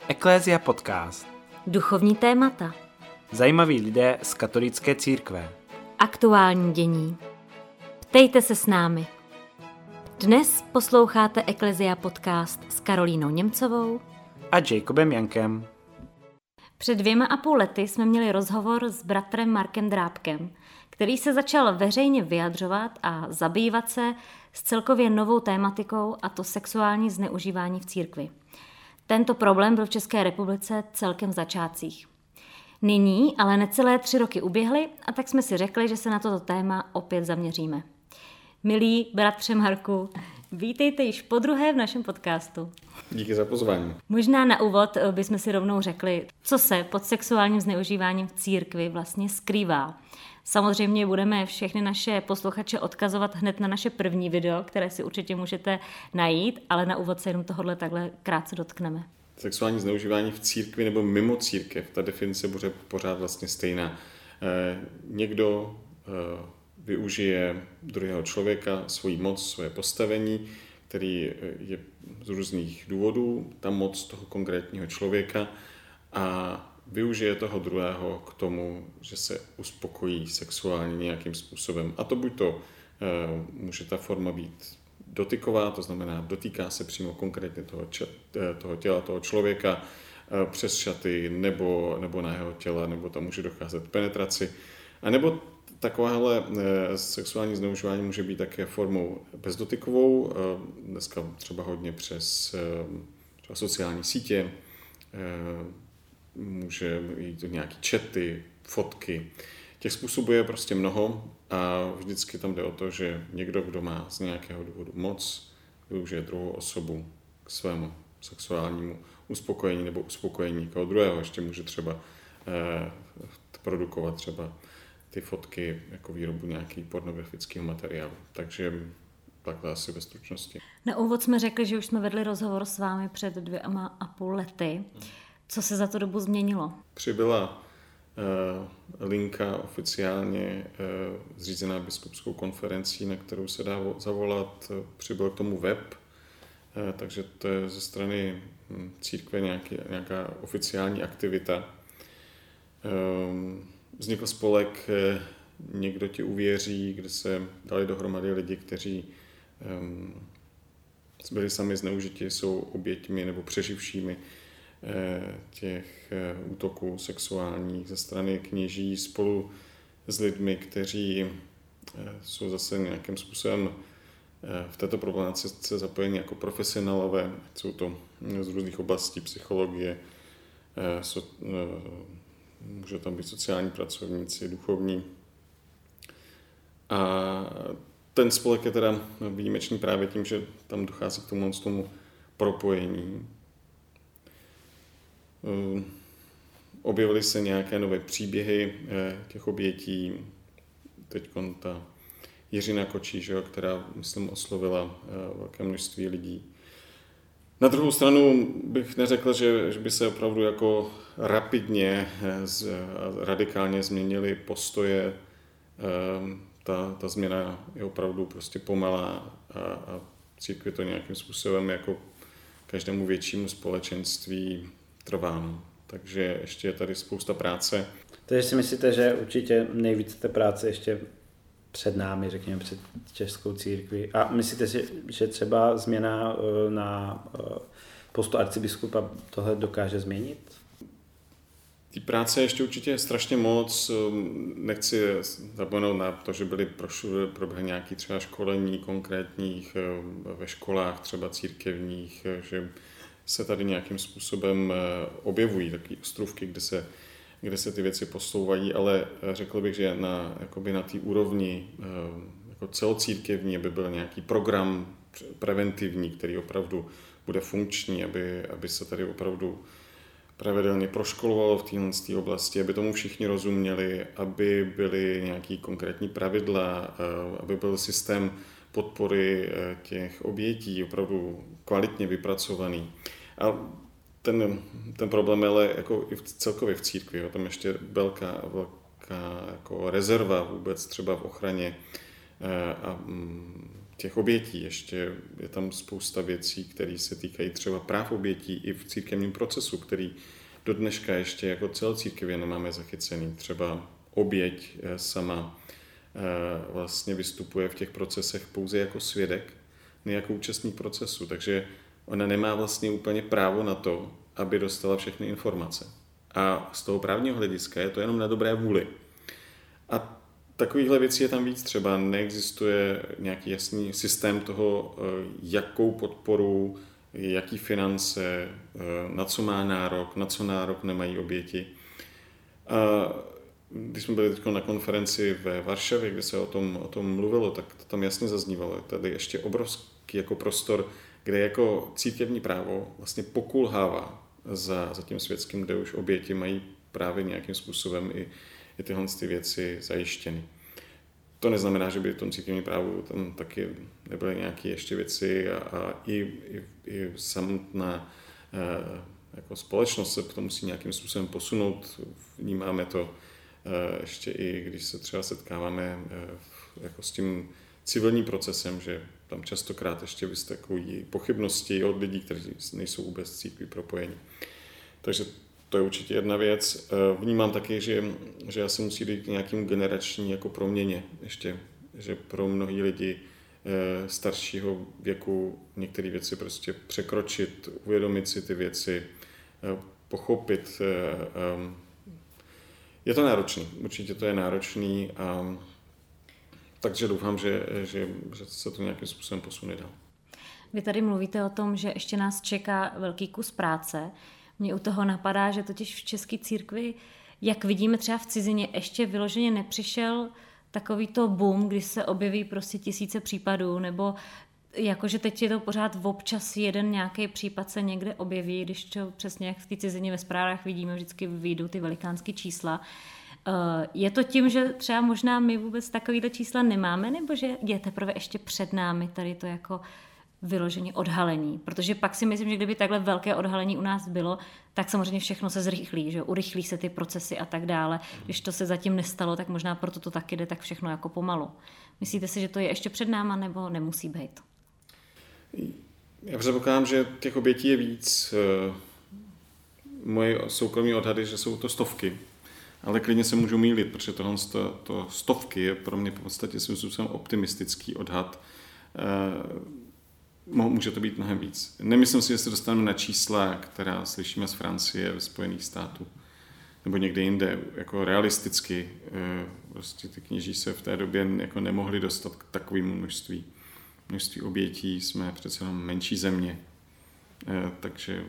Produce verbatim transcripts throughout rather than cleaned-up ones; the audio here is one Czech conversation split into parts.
Eklézia podcast. Duchovní témata. Zajímaví lidé z katolické církve. Aktuální dění. Ptejte se s námi. Dnes posloucháte Eklézia podcast s Karolínou Němcovou a Jacobem Jankem. Před dvěma a půl lety jsme měli rozhovor s bratrem Markem Drábkem, který se začal veřejně vyjadřovat a zabývat se s celkově novou tématikou, a to sexuální zneužívání v církvi. Tento problém byl v České republice celkem v začátcích. Nyní ale necelé tři roky uběhly a tak jsme si řekli, že se na toto téma opět zaměříme. Milí bratře Marku, vítejte již podruhé v našem podcastu. Díky za pozvání. Možná na úvod bychom si rovnou řekli, co se pod sexuálním zneužíváním v církvi vlastně skrývá. Samozřejmě budeme všechny naše posluchače odkazovat hned na naše první video, které si určitě můžete najít, ale na úvod se jenom tohohle takhle krátce dotkneme. Sexuální zneužívání v církvi nebo mimo církev, ta definice bude pořád vlastně stejná. Eh, někdo eh, využije druhého člověka, svoji moc, svoje postavení, který je z různých důvodů, ta moc toho konkrétního člověka, a využije toho druhého k tomu, že se uspokojí sexuálně nějakým způsobem. A to buď to e, může ta forma být dotyková, to znamená dotýká se přímo konkrétně toho, č- toho těla, toho člověka e, přes šaty nebo, nebo na jeho těla, nebo tam může docházet k penetraci. A nebo takovéhle e, sexuální zneužívání může být také formou bezdotykovou, e, dneska třeba hodně přes e, třeba sociální sítě, e, může jít do nějaký chaty, fotky. Těch způsobů je prostě mnoho a vždycky tam jde o to, že někdo, kdo má z nějakého důvodu moc, využije druhou osobu k svému sexuálnímu uspokojení nebo uspokojení někoho druhého. Ještě může třeba eh, produkovat třeba ty fotky jako výrobu nějaký pornografického materiálu. Takže takhle asi ve stručnosti. Na úvod jsme řekli, že už jsme vedli rozhovor s vámi před dvěma a půl lety. Co se za tu dobu změnilo? Přibyla uh, linka oficiálně uh, zřízená biskupskou konferencí, na kterou se dá zavolat. Přibyl k tomu web, uh, takže to je ze strany hm, církve nějaký, nějaká oficiální aktivita. Uh, vznikl spolek uh, Někdo ti uvěří, kde se dali dohromady lidi, kteří um, byli sami zneužiti, jsou oběťmi nebo přeživšími těch útoků sexuálních ze strany kněží spolu s lidmi, kteří jsou zase nějakým způsobem v této problematice zapojeni jako profesionálové. Jsou to z různých oblastí psychologie, může tam být sociální pracovníci, duchovní. A ten spolek je teda výjimečný právě tím, že tam dochází k tomu, k tomu propojení. Objevily se nějaké nové příběhy těch obětí. Teď ta Jiřina Kočí, že jo, která, myslím, oslovila velké množství lidí. Na druhou stranu bych neřekl, že, že by se opravdu jako rapidně, radikálně změnily postoje. Ta, ta změna je opravdu prostě pomalá a, a církvi to nějakým způsobem jako každému většímu společenství trvá. Takže ještě je tady spousta práce. Takže si myslíte, že určitě nejvíc té práce ještě před námi, řekněme před českou církví. A myslíte si, že třeba změna na postu arcibiskupa tohle dokáže změnit? Té práce ještě určitě strašně moc. Nechci zapomenout na to, že byly proběhly nějaké třeba školení konkrétních ve školách, třeba církevních, že se tady nějakým způsobem objevují takové ostrůvky, kde se, kde se ty věci posouvají, ale řekl bych, že na, jakoby na té úrovni jako celocírkevní, aby byl nějaký program preventivní, který opravdu bude funkční, aby, aby se tady opravdu pravidelně proškolovalo v téhle oblasti, aby tomu všichni rozuměli, aby byly nějaké konkrétní pravidla, aby byl systém podpory těch obětí opravdu kvalitně vypracovaný. A ten, ten problém je ale jako i v, celkově v církvi. Jo. Tam ještě velká, velká jako rezerva vůbec třeba v ochraně a těch obětí ještě je tam spousta věcí, které se týkají třeba práv obětí i v církevním procesu, který do dneška ještě jako celocírkevě nemáme zachycený. Třeba oběť sama vlastně vystupuje v těch procesech pouze jako svědek, ne jako účastník procesu, takže ona nemá vlastně úplně právo na to, aby dostala všechny informace. A z toho právního hlediska je to jenom na dobré vůli. A takovýchhle věcí je tam víc, třeba neexistuje nějaký jasný systém toho, jakou podporu, jaký finance, na co má nárok, na co nárok nemají oběti. A když jsme byli teď na konferenci ve Varšavě, kde se o tom, o tom mluvilo, tak to tam jasně zaznívalo. Tady ještě obrovský jako prostor, kde jako církevní právo vlastně pokulhává za, za tím světským, kde už oběti mají právě nějakým způsobem i, i tyhle ty věci zajištěny. To neznamená, že by v tom církevním právu tam taky nebyly nějaké ještě věci a, a i, i, i samotná e, jako společnost se to musí nějakým způsobem posunout. Vnímáme to e, ještě i, když se třeba setkáváme e, jako s tím civilním procesem, že tam častokrát ještě vyskakují pochybnosti od lidí, kteří nejsou vůbec s církví propojeni. Takže to je určitě jedna věc. Vnímám taky, že, že já se musí dojít k nějakým generační jako proměně ještě, že pro mnohý lidi staršího věku některé věci prostě překročit, uvědomit si ty věci, pochopit. Je to náročný, určitě to je náročný, a takže doufám, že, že, že se to nějakým způsobem posune dál. Vy tady mluvíte o tom, že ještě nás čeká velký kus práce. Mně u toho napadá, že totiž v české církvi, jak vidíme třeba v cizině, ještě vyloženě nepřišel takovýto boom, kdy se objeví prostě tisíce případů, nebo jakože teď je to pořád občas jeden nějaký případ se někde objeví, když to přesně jak v té cizině ve zprávách vidíme, vždycky vyjdou ty velikánské čísla. Je to tím, že třeba možná my vůbec takovýhle čísla nemáme, nebo že je teprve ještě před námi tady to jako vyloženě odhalení? Protože pak si myslím, že kdyby takhle velké odhalení u nás bylo, tak samozřejmě všechno se zrychlí, že urychlí se ty procesy a tak dále. Když to se zatím nestalo, tak možná proto to taky jde tak všechno jako pomalu. Myslíte si, že to je ještě před náma, nebo nemusí být? Já předpokládám, že těch obětí je víc. Moje soukromí odhady, že jsou to stovky. Ale klidně se můžu mýlit, protože tohle to, to stovky je pro mě v podstatě svým způsobem optimistický odhad. Může to být mnohem víc. Nemyslím si, že se dostaneme na čísla, která slyšíme z Francie, ve Spojených států, nebo někde jinde. Jako realisticky prostě ty kněží se v té době jako nemohli dostat k takovému množství. Množství obětí, jsme přece jenom menší země. Takže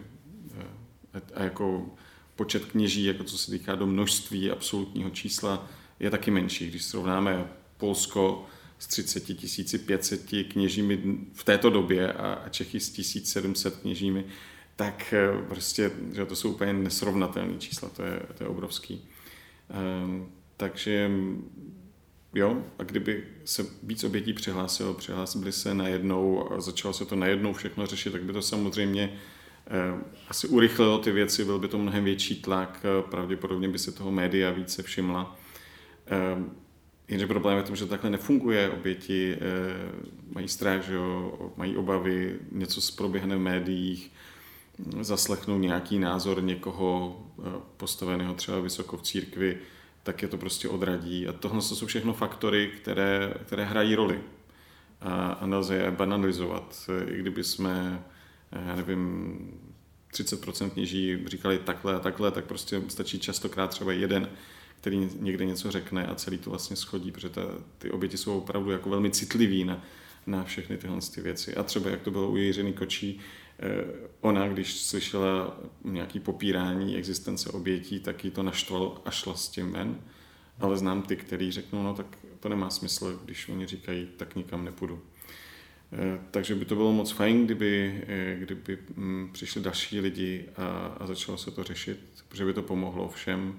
a jako počet kněží, jako co se týká do množství absolutního čísla, je taky menší. Když srovnáme Polsko s třicet tisíc pět set kněžími v této době a Čechy s tisíc sedm set kněžími, tak prostě že to jsou úplně nesrovnatelné čísla, to je, to je obrovský. Um, takže jo, a kdyby se víc obětí přihlásilo, přihlásili se najednou a začalo se to najednou všechno řešit, tak by to samozřejmě eh, asi urychlilo ty věci, byl by to mnohem větší tlak, pravděpodobně by se toho média více všimla. Eh, jenže problém je v tom, že takhle nefunguje, oběti eh, mají strach, že jo, mají obavy, něco proběhne v médiích, zaslechnou nějaký názor někoho eh, postaveného třeba vysoko v církvi, tak je to prostě odradí. A tohle jsou všechno faktory, které, které hrají roli. A, a nelze je banalizovat. I kdyby jsme, já nevím, třicet procent kněží říkali takhle a takhle, tak prostě stačí častokrát třeba jeden, který někde něco řekne a celý to vlastně schodí, protože ta, ty oběti jsou opravdu jako velmi citliví na, na všechny tyhle ty věci. A třeba jak to bylo u Jiřiny Kočí, ona, když slyšela nějaké popírání existence obětí, tak jí to naštvalo a šla s tím ven. Ale znám ty, kteří řeknou, no tak to nemá smysl, když oni říkají, tak nikam nepůjdu. Takže by to bylo moc fajn, kdyby, kdyby přišli další lidi a, a začalo se to řešit, protože by to pomohlo všem.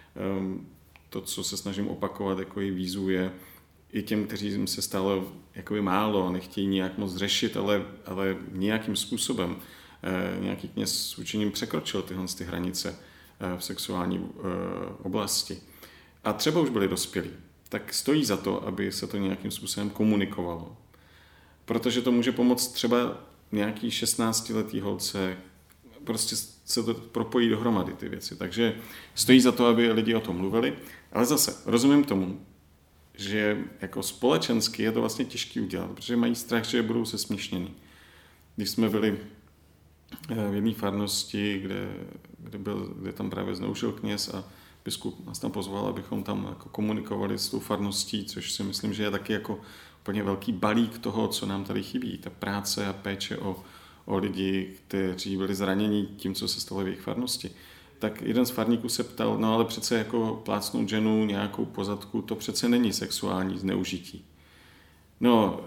To, co se snažím opakovat, jako i výzvu je, i těm, kteří jim se stalo jakoby málo, nechtějí nějak moc řešit, ale, ale nějakým způsobem eh, nějaký kněz s učením překročil tyhle ty hranice eh, v sexuální eh, oblasti. A třeba už byli dospělí. Tak stojí za to, aby se to nějakým způsobem komunikovalo. protože to může pomoct třeba nějaký šestnáctiletý holce, prostě se to propojí dohromady ty věci. Takže stojí za to, aby lidi o tom mluvili, ale zase rozumím tomu, že jako společensky je to vlastně těžké udělat, protože mají strach, že budou se smíšnění. Když jsme byli v jedné farnosti, kde, kde, byl, kde tam právě zneužil kněz a biskup nás tam pozval, abychom tam jako komunikovali s tou farností, což si myslím, že je taky jako úplně velký balík toho, co nám tady chybí. Ta práce a péče o, o lidi, kteří byli zraněni tím, co se stalo v jejich farnosti. Tak jeden z farníků se ptal, no ale přece jako plácnout ženu nějakou pozadku, to přece není sexuální zneužití. No,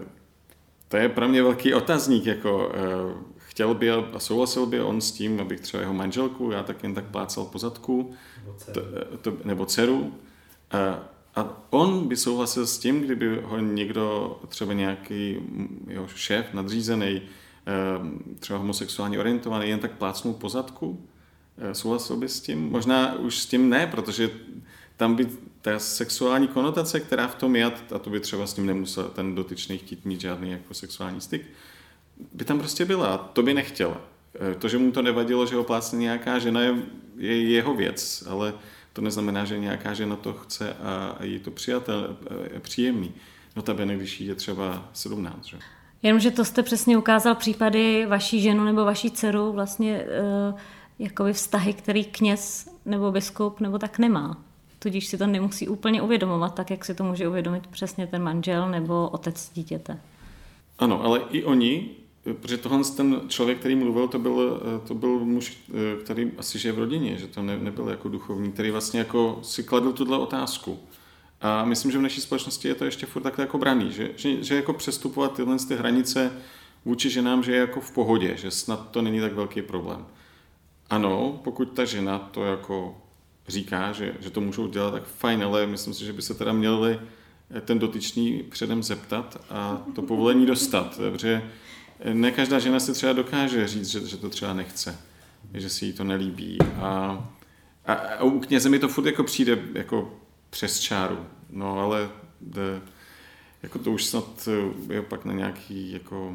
to je pro mě velký otazník, jako chtěl by a souhlasil by on s tím, abych třeba jeho manželku, já tak jen tak plácal pozadku, nebo dceru, to, to, nebo dceru. A, a on by souhlasil s tím, kdyby ho někdo, třeba nějaký jeho šéf, nadřízený, třeba homosexuálně orientovaný, jen tak plácnul pozadku. Souhlasil by s tím? Možná už s tím ne, protože tam by ta sexuální konotace, která v tom je, a to by třeba s ním nemusel ten dotyčný chtít mít žádný jako sexuální styk, by tam prostě byla a to by nechtěl. To, že mu to nevadilo, že ho plácne nějaká žena, je, je jeho věc, ale to neznamená, že nějaká žena to chce a, a je to přijatel, je příjemný. Notabene, když jí je třeba sedmnáct. Že? Jenomže to jste přesně ukázal případy vaší ženu nebo vaší dceru, vlastně uh, jakoby vztahy, který kněz nebo biskup nebo tak nemá. Tudíž si to nemusí úplně uvědomovat, tak jak si to může uvědomit přesně ten manžel nebo otec dítěte. Ano, ale i oni, protože tohle ten člověk, který mluvil, to byl, to byl muž, který asi žije v rodině, že to ne, nebyl jako duchovní, který vlastně jako si kladl tuhle otázku. A myslím, že v naší společnosti je to ještě furt takhle jako braný, že, že, že jako přestupovat tyhle ty hranice vůči ženám, že je jako v pohodě, že snad to není tak velký problém. Ano, pokud ta žena to jako říká, že, že to můžou dělat, tak fajn, ale myslím si, že by se teda měli ten dotyčný předem zeptat a to povolení dostat, protože ne každá žena si třeba dokáže říct, že, že to třeba nechce, že si jí to nelíbí a, a, a u kněze mi to furt jako přijde jako přes čáru, no ale de, jako to už snad je pak na nějaký jako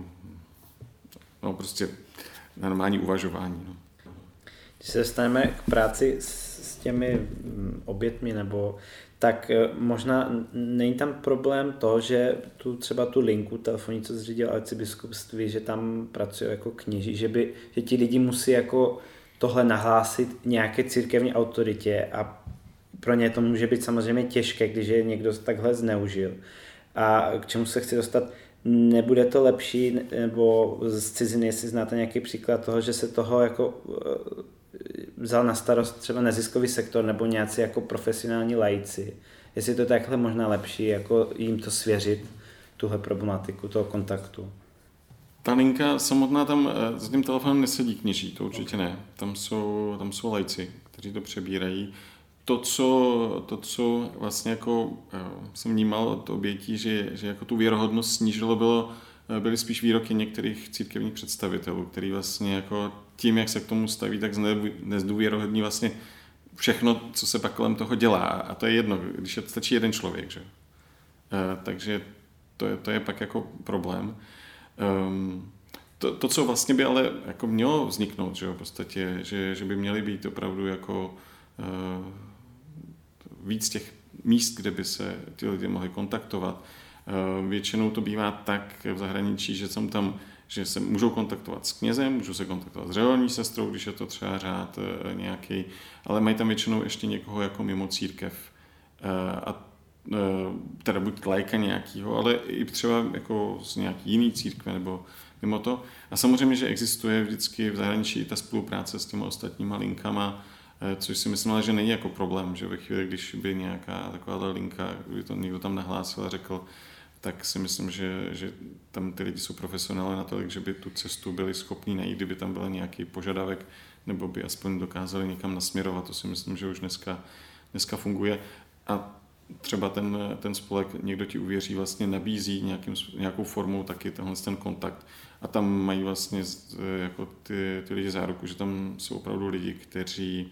no prostě na normální uvažování, no. Když se dostaneme k práci s těmi obětmi, nebo tak možná není tam problém to, že tu třeba tu linku telefonní, co zřídil arcibiskupství, že tam pracují jako kněží, že, by, že ti lidi musí jako tohle nahlásit nějaké církevní autoritě a pro ně to může být samozřejmě těžké, když je někdo takhle zneužil. A k čemu se chci dostat, nebude to lepší, nebo z ciziny, jestli znáte nějaký příklad toho, že se toho jako vzal na starost třeba neziskový sektor nebo nějací jako profesionální laici. Jestli to je takhle možná lepší, jako jim to svěřit, tuhle problematiku toho kontaktu. Ta linka samotná tam za tím telefonem nesedí kněží, to určitě ne. Tam jsou, tam jsou laici, kteří to přebírají. To, co, to, co vlastně jako jsem vnímal od obětí, že, že jako tu věrohodnost snížilo, bylo, byly spíš výroky některých církevních představitelů, který vlastně jako tím, jak se k tomu staví, tak nezdůvěrohodní vlastně všechno, co se pak kolem toho dělá. A to je jedno, když je, stačí jeden člověk. Že? E, takže to je, to je pak jako problém. Um, to, to, co vlastně by ale jako mělo vzniknout, že, v podstatě, že, že by měly být opravdu jako uh, víc těch míst, kde by se ty lidi mohli kontaktovat. Uh, většinou to bývá tak v zahraničí, že jsem tam že se můžou kontaktovat s knězem, můžou se kontaktovat s řeholní sestrou, když je to třeba řád e, nějaký, ale mají tam většinou ještě někoho jako mimo církev. E, a e, teda buď laika nějakýho, ale i třeba jako z nějaký jiný církve nebo mimo to. A samozřejmě, že existuje vždycky v zahraničí ta spolupráce s těma ostatníma linkama, e, což si myslím, že není jako problém, že ve chvíli, když by nějaká taková linka, kdyby to někdo tam nahlásil a řekl, tak si myslím, že, že tam ty lidi jsou profesionálové natolik, že by tu cestu byli schopní najít, kdyby tam byl nějaký požadavek, nebo by aspoň dokázali někam nasměrovat. To si myslím, že už dneska, dneska funguje. A třeba ten, ten spolek, někdo ti uvěří, vlastně nabízí nějakým, nějakou formou taky tenhle ten kontakt. A tam mají vlastně jako ty, ty lidi záruku, že tam jsou opravdu lidi, kteří,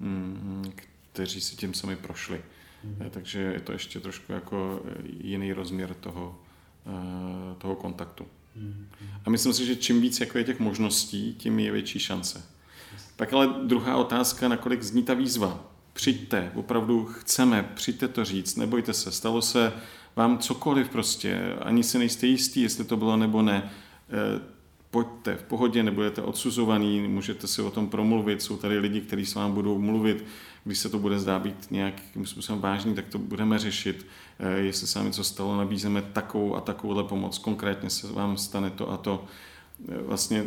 kteří si tím sami prošli. Mm. Takže je to ještě trošku jako jiný rozměr toho, toho kontaktu. A myslím si, že čím víc jako je těch možností, tím je větší šance. Tak ale druhá otázka, nakolik zní ta výzva. Přijďte, opravdu chceme, přijďte to říct, nebojte se, stalo se vám cokoliv prostě, ani si nejste jistý, jestli to bylo nebo ne. Pojďte, v pohodě, nebudete odsuzovaný, můžete si o tom promluvit, jsou tady lidi, kteří s vám budou mluvit, když se to bude zdát být nějakým způsobem vážný, tak to budeme řešit. Jestli se vám něco stalo, nabízeme takovou a takovouhle pomoc, konkrétně se vám stane to a to. Vlastně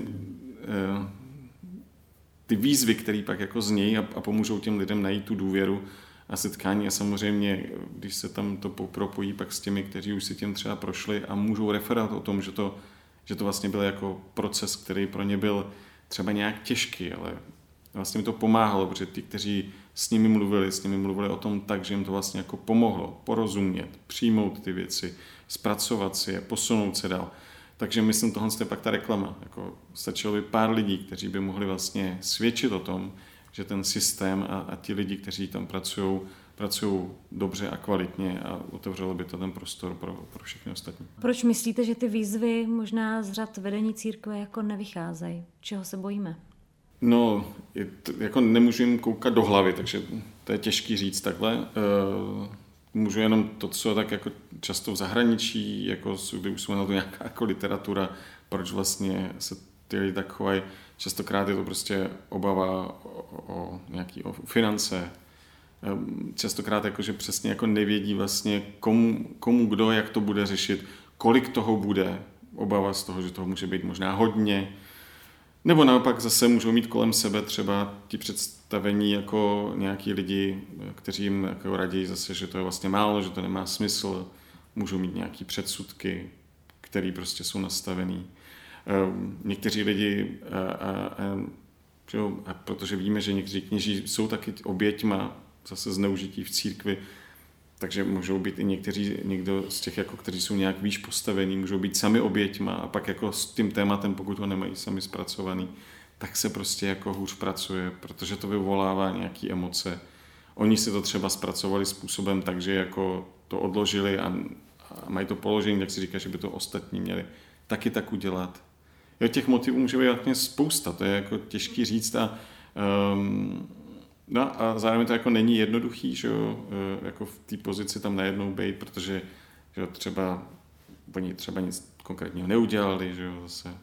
ty výzvy, které pak jako znějí a pomůžou těm lidem najít tu důvěru a setkání a samozřejmě, když se tam to propojí pak s těmi, kteří už si tím třeba prošli a můžou referovat o tom, že to že to vlastně byl jako proces, který pro ně byl třeba nějak těžký, ale vlastně mi to pomáhalo, protože ti, kteří s nimi mluvili, s nimi mluvili o tom tak, že jim to vlastně jako pomohlo porozumět, přijmout ty věci, zpracovat si je, posunout se dál. Takže myslím, tohle je pak ta reklama. Jako stačilo by pár lidí, kteří by mohli vlastně svědčit o tom, že ten systém a, a ti lidi, kteří tam pracují, pracují dobře a kvalitně a otevřelo by to ten prostor pro, pro všechny ostatní. Proč myslíte, že ty výzvy možná z řad vedení církve jako nevycházejí? Čeho se bojíme? No, je to, jako nemůžu jim koukat do hlavy, takže to je těžký říct takhle. E, můžu jenom to, co tak jako často v zahraničí, jako, kdy už jsou na to nějaká jako literatura, proč vlastně se ty lidi tak chovají. Častokrát je to prostě obava o, o nějaký o finance. Častokrát jako, že přesně jako nevědí vlastně komu, komu, kdo, jak to bude řešit, kolik toho bude, obava z toho, že toho může být možná hodně, nebo naopak zase můžou mít kolem sebe třeba ti představení jako nějaký lidi, kteří jim jako raději zase, že to je vlastně málo, že to nemá smysl, můžou mít nějaký předsudky, který prostě jsou nastavený. Někteří lidi, a, a, a, a protože víme, že někteří kněží jsou taky oběťma zase zneužití v církvi, takže můžou být i někteří, někdo z těch, jako, kteří jsou nějak výš postavení, můžou být sami oběťma a pak jako s tím tématem, pokud ho nemají sami zpracovaný, tak se prostě jako hůř pracuje, protože to vyvolává nějaké emoce. Oni si to třeba zpracovali způsobem tak, že jako to odložili a, a mají to položení, tak si říká, že by to ostatní měli taky tak udělat. Jo, těch motivů může být vlastně spousta, to je jako těžký říct a um, no a zároveň to jako není jednoduchý, že jo, jako v té pozici tam najednou být, protože že jo, třeba oni třeba nic konkrétního neudělali, že jo, zase.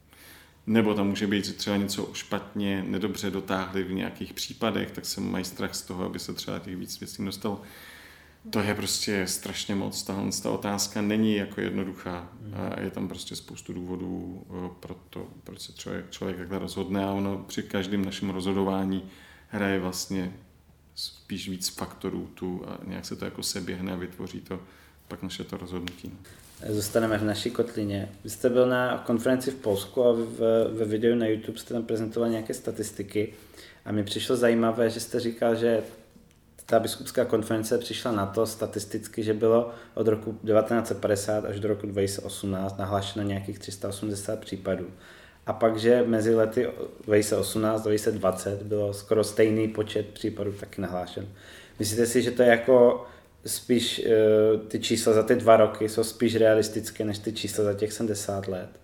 Nebo tam může být, že třeba něco špatně, nedobře dotáhli v nějakých případech, tak se mají strach z toho, aby se třeba těch víc věcí dostalo. To je prostě strašně moc. Tahle ta otázka není jako jednoduchá. A je tam prostě spoustu důvodů pro to, proč se člověk, člověk takhle rozhodne a ono při každém našem rozhodování hraje vlastně spíš víc faktorů tu a nějak se to jako seběhne a vytvoří to pak naše to rozhodnutí. Zůstaneme v naší kotlině. Vy jste byl na konferenci v Polsku a v, ve videu na YouTube jste tam prezentoval nějaké statistiky a mi přišlo zajímavé, že jste říkal, že ta biskupská konference přišla na to statisticky, že bylo od roku devatenáct set padesát až do roku dva tisíce osmnáct nahlášeno nějakých tři sta osmdesát případů. A pak, že mezi lety dva tisíce osmnáct a dva tisíce dvacet bylo skoro stejný počet případů taky nahlášen. Myslíte si, že to je jako spíš ty čísla za ty dva roky jsou spíš realistické než ty čísla za těch sedmdesát let?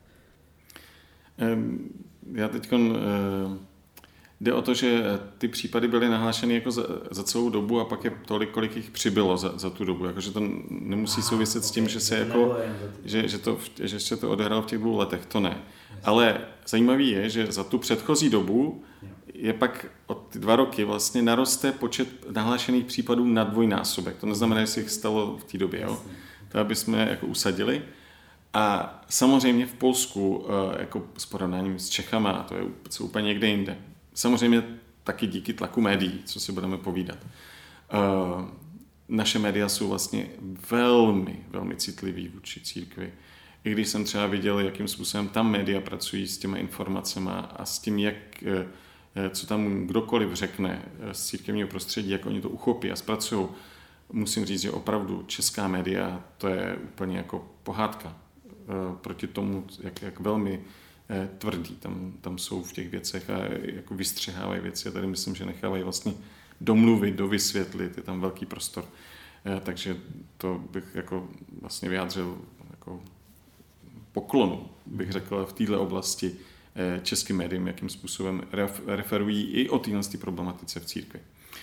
Já teď jde o to, že ty případy byly nahlášeny jako za, za celou dobu a pak je tolik, kolik jich přibylo za, za tu dobu. Jakože to nemusí souviset s tím, že se jako, že, že, to, že se to odehrálo v těch dvou letech, to ne. Ale zajímavý je, že za tu předchozí dobu je pak od ty dva roky vlastně naroste počet nahlášených případů na dvojnásobek. To neznamená, že se jich stalo v té době, jo? To aby jsme jako usadili. A samozřejmě v Polsku, jako s porovnáním s Čechama, to je co úplně někde jinde. Samozřejmě taky díky tlaku médií, co si budeme povídat. Naše média jsou vlastně velmi, velmi citlivý vůči církvi. I když jsem třeba viděl, jakým způsobem tam média pracují s těma informacemi a s tím, jak, co tam kdokoliv řekne z církevního prostředí, jak oni to uchopí a zpracují, musím říct, že opravdu česká média, to je úplně jako pohádka proti tomu, jak, jak velmi tvrdý tam, tam jsou v těch věcech a jako vystřihávají věci a tady myslím, že nechávají vlastně domluvit, dovysvětlit, je tam velký prostor. Takže to bych jako vlastně vyjádřil jako poklonu, bych řekl, v této oblasti českým médiím, jakým způsobem referují i o téhle problematice v církvi.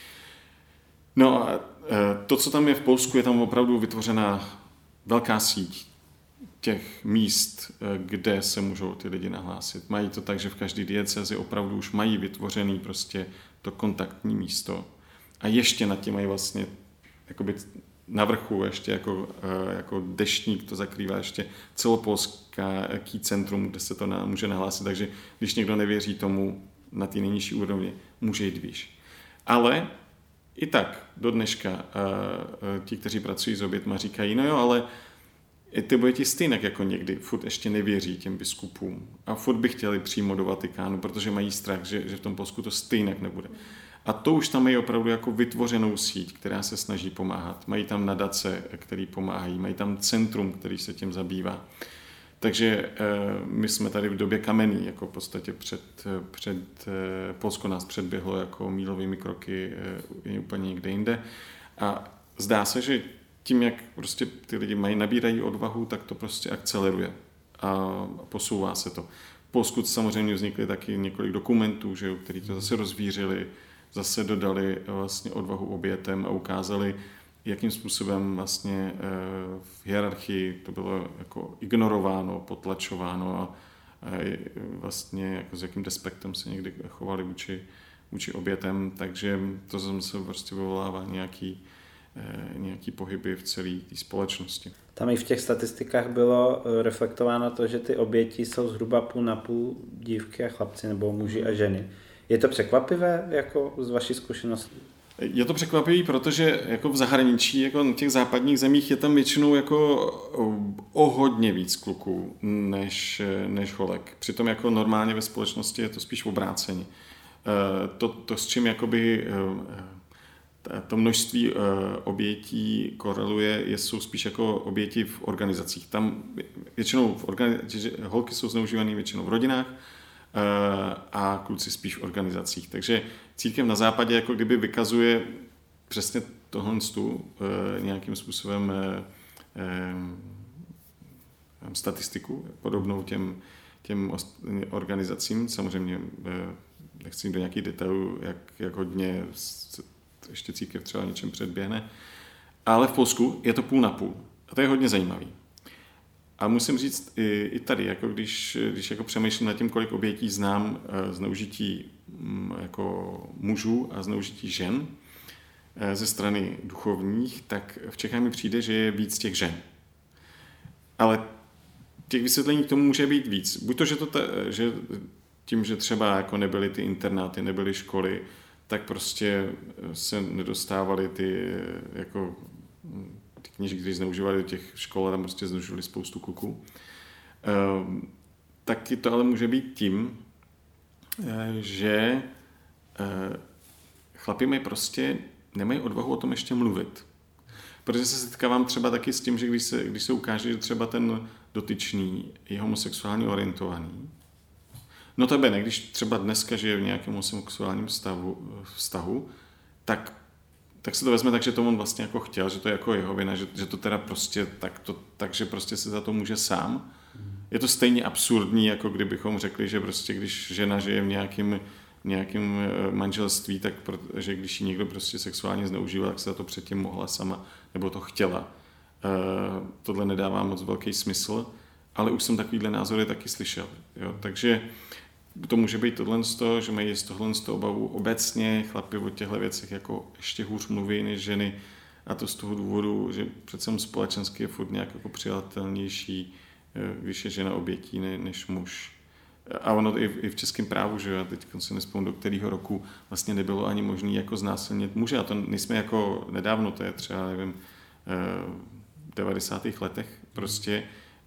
No a to, co tam je v Polsku, je tam opravdu vytvořená velká síť těch míst, kde se můžou ty lidi nahlásit. Mají to tak, že v každé diecézi opravdu už mají vytvořený prostě to kontaktní místo. A ještě nad tím mají vlastně jakoby na vrchu ještě jako, jako deštník, to zakrývá ještě celopolský centrum, kde se to na, může nahlásit. Takže když někdo nevěří tomu na té nejnižší úrovni, může jít výš. Ale i tak do dneška ti, kteří pracují s obětma, říkají, no jo, ale ty oběti stejně jako někdy furt ještě nevěří těm biskupům a furt by chtěli přímo do Vatikánu, protože mají strach, že, že v tom Polsku to stejně nebude. A to už tam mají opravdu jako vytvořenou síť, která se snaží pomáhat. Mají tam nadace, které pomáhají, mají tam centrum, který se tím zabývá. Takže my jsme tady v době kamenný, jako v podstatě před, před Polsko nás předběhlo jako mílovými kroky úplně někde jinde. A zdá se, že tím, jak prostě ty lidi mají, nabírají odvahu, tak to prostě akceleruje a posouvá se to. V Polsku samozřejmě vznikly taky několik dokumentů, že, který to zase rozvířili, zase dodali vlastně odvahu obětem a ukázali, jakým způsobem vlastně v hierarchii to bylo jako ignorováno, potlačováno a vlastně jako s jakým despektem se někdy chovali vůči, vůči obětem, takže to zase prostě vyvolává nějaký, nějaký pohyby v celé té společnosti. Tam i v těch statistikách bylo reflektováno to, že ty oběti jsou zhruba půl na půl dívky a chlapci nebo muži a ženy. Je to překvapivé jako z vaší zkušenosti? Je to překvapivé, protože jako v zahraničí, jako v těch západních zemích je tam většinou jako o hodně víc kluků než, než holek. Přitom jako normálně ve společnosti je to spíš obráceně. To, to s čím jakoby to množství obětí koreluje, jsou spíš jako oběti v organizacích. Tam většinou v organi- holky jsou zneužívané většinou v rodinách a kluci spíš v organizacích. Takže církev na západě jako kdyby vykazuje přesně tohle tu nějakým způsobem statistiku podobnou těm, těm organizacím. Samozřejmě nechci jít do nějakých detailů, jak, jak hodně ještě církev třeba něčem předběhne. Ale v Polsku je to půl na půl. A to je hodně zajímavý. A musím říct i, i tady, jako když, když jako přemýšlím nad tím, kolik obětí znám zneužití jako mužů a zneužití žen ze strany duchovních, tak v Čechách mi přijde, že je víc těch žen. Ale těch vysvětlení k tomu může být víc. Buď to, že, to ta, že tím, že třeba jako nebyly ty internáty, nebyly školy, tak prostě se nedostávaly ty jako ty knížky, kteří zneužívali do těch škol a tam prostě zneužívali spoustu kluků. E, taky to ale může být tím, e, že e, chlapi mají prostě, nemají odvahu o tom ještě mluvit. Protože se setkávám třeba taky s tím, že když se, když se ukáže, že třeba ten dotyčný je homosexuálně orientovaný, no to ne, když třeba dneska žije v nějakém homosexuálním vztahu, vztahu tak tak se to vezme tak, že to on vlastně jako chtěl, že to je jako jeho vina, že, že to teda prostě tak to, takže prostě se za to může sám. Je to stejně absurdní, jako kdybychom řekli, že prostě když žena žije v nějakém, nějakém manželství, tak že když ji někdo prostě sexuálně zneužívá, tak se za to předtím mohla sama, nebo to chtěla. E, tohle nedává moc velký smysl, ale už jsem takovýhle názory taky slyšel. Jo? Takže to může být tohle z toho, že mají z tohle z toho obavu obecně, chlapi o těchto věcech jako ještě hůř mluví než ženy a to z toho důvodu, že přece společensky je furt nějak jako přijatelnější, když je žena obětí ne, než muž. A ono i v, i v českém právu, že já teď si nespomínám, do kterého roku vlastně nebylo ani možné jako znásilnit muže a to nejsme jako nedávno, to je třeba, nevím, v devadesátých letech prostě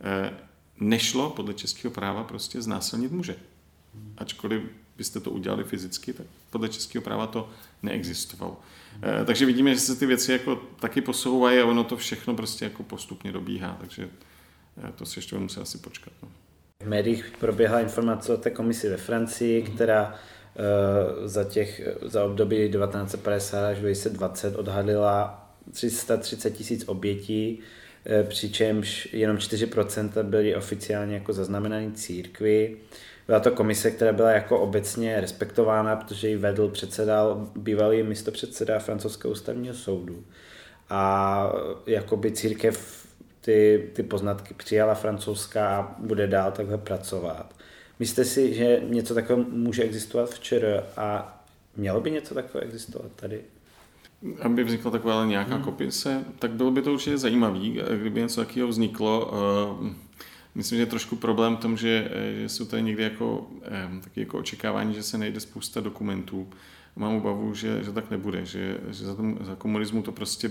nešlo podle českého práva prostě znásilnit muže. Ačkoliv byste to udělali fyzicky, tak podle českého práva to neexistovalo. E, takže vidíme, že se ty věci jako taky posouvají a ono to všechno prostě jako postupně dobíhá, takže e, to si ještě musí asi počkat. No. V médiích proběhla informace o té komisi ve Francii, mm. která e, za, těch, za období devatenáct set padesát až dvacet dvacet odhalila tři sta třicet tisíc obětí přičemž jenom čtyři procenta byly oficiálně jako zaznamenané církvi. Byla to komise, která byla jako obecně respektována, protože ji vedl předseda, bývalý místopředseda francouzského ústavního soudu. A jakoby církev ty, ty poznatky přijala francouzská a bude dál takhle pracovat. Myslíte si, že něco takového může existovat v ČR a mělo by něco takového existovat tady? Aby vznikla taková nějaká hmm. komise, tak bylo by to určitě zajímavý, kdyby něco takového vzniklo. Myslím, že je trošku problém v tom, že, že jsou tady někdy jako, taky jako očekávání, že se nejde spousta dokumentů. Mám obavu, že, že tak nebude, že, že za, tom, za komunismu to prostě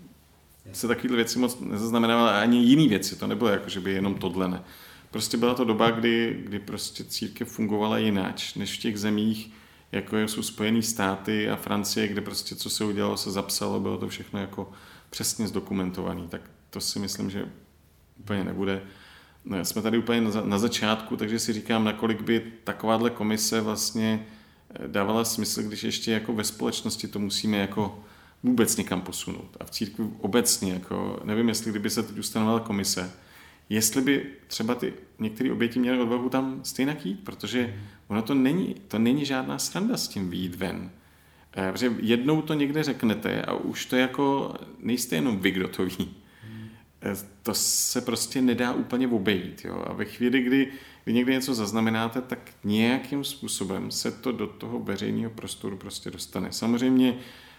se takovýhle věci moc nezaznamenávaly, ani jiný věci, to nebylo jako, že by jenom tohle ne. Prostě byla to doba, kdy, kdy prostě církev fungovala jináč, než v těch zemích, jako jsou Spojený státy a Francie, kde prostě co se udělalo, se zapsalo, bylo to všechno jako přesně zdokumentované. Tak to si myslím, že úplně nebude. No, jsme tady úplně na, na začátku, takže si říkám, nakolik by takováhle komise vlastně dávala smysl, když ještě jako ve společnosti to musíme jako vůbec někam posunout. A v církvi obecně, jako, nevím, jestli kdyby se teď ustanovala komise, jestli by třeba ty některé oběti měly odvahu tam stejně jít, protože ono to není, to není žádná sranda s tím vyjít ven. E, protože jednou to někde řeknete a už to jako nejste jenom vy, kdo to ví. E, to se prostě nedá úplně obejít. Jo? A ve chvíli, kdy, kdy někde něco zaznamenáte, tak nějakým způsobem se to do toho veřejného prostoru prostě dostane. Samozřejmě